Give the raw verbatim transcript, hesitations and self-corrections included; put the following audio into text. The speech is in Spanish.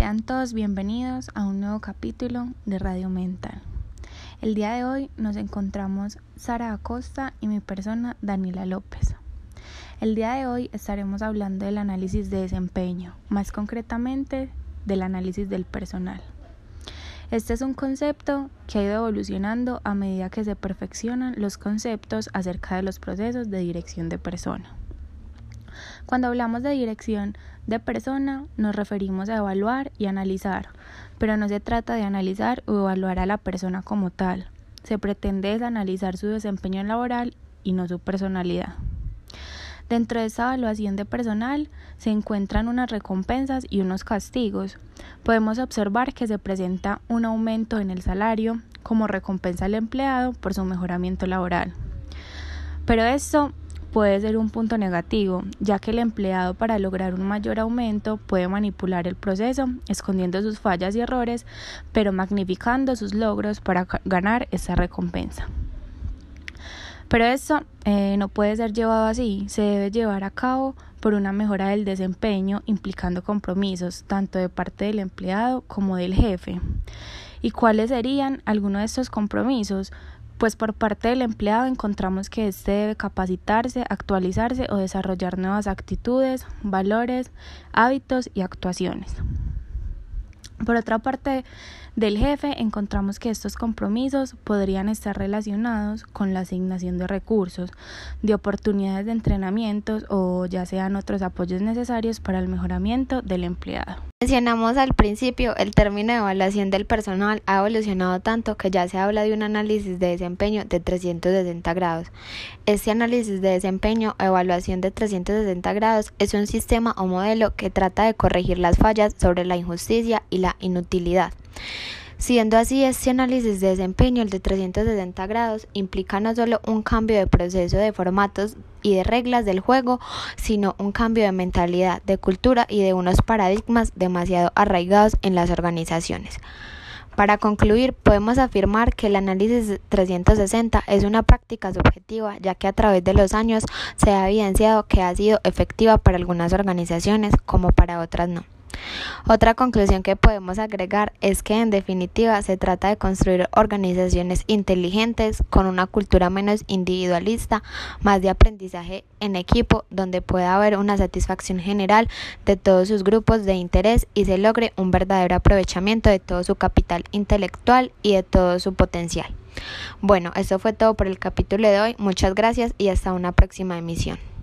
Sean todos bienvenidos a un nuevo capítulo de Radio Mental. El día de hoy nos encontramos Sara Acosta y mi persona Daniela López. El día de hoy estaremos hablando del análisis de desempeño, más concretamente del análisis del personal. Este es un concepto que ha ido evolucionando a medida que se perfeccionan los conceptos acerca de los procesos de dirección de persona. Cuando hablamos de dirección de persona, nos referimos a evaluar y analizar, pero no se trata de analizar o evaluar a la persona como tal. Se pretende es analizar su desempeño laboral y no su personalidad. Dentro de esta evaluación de personal se encuentran unas recompensas y unos castigos. Podemos observar que se presenta un aumento en el salario como recompensa al empleado por su mejoramiento laboral. Pero esto puede ser un punto negativo, ya que el empleado, para lograr un mayor aumento, puede manipular el proceso, escondiendo sus fallas y errores, pero magnificando sus logros para ganar esa recompensa. Pero esto eh, no puede ser llevado así, se debe llevar a cabo por una mejora del desempeño, implicando compromisos, tanto de parte del empleado como del jefe. ¿Y cuáles serían algunos de estos compromisos? Pues por parte del empleado encontramos que éste debe capacitarse, actualizarse o desarrollar nuevas actitudes, valores, hábitos y actuaciones. Por otra parte del jefe, encontramos que estos compromisos podrían estar relacionados con la asignación de recursos, de oportunidades de entrenamientos o ya sean otros apoyos necesarios para el mejoramiento del empleado. Mencionamos al principio, el término de evaluación del personal ha evolucionado tanto que ya se habla de un análisis de desempeño de trescientos sesenta grados. Este análisis de desempeño o evaluación de trescientos sesenta grados es un sistema o modelo que trata de corregir las fallas sobre la injusticia y la inutilidad. Siendo así, este análisis de desempeño, el de trescientos sesenta grados, implica no solo un cambio de proceso de formatos y de reglas del juego, sino un cambio de mentalidad, de cultura y de unos paradigmas demasiado arraigados en las organizaciones. Para concluir, podemos afirmar que el análisis trescientos sesenta es una práctica subjetiva, ya que a través de los años se ha evidenciado que ha sido efectiva para algunas organizaciones como para otras no. Otra conclusión que podemos agregar es que en definitiva se trata de construir organizaciones inteligentes con una cultura menos individualista, más de aprendizaje en equipo, donde pueda haber una satisfacción general de todos sus grupos de interés y se logre un verdadero aprovechamiento de todo su capital intelectual y de todo su potencial. Bueno, esto fue todo por el capítulo de hoy. Muchas gracias y hasta una próxima emisión.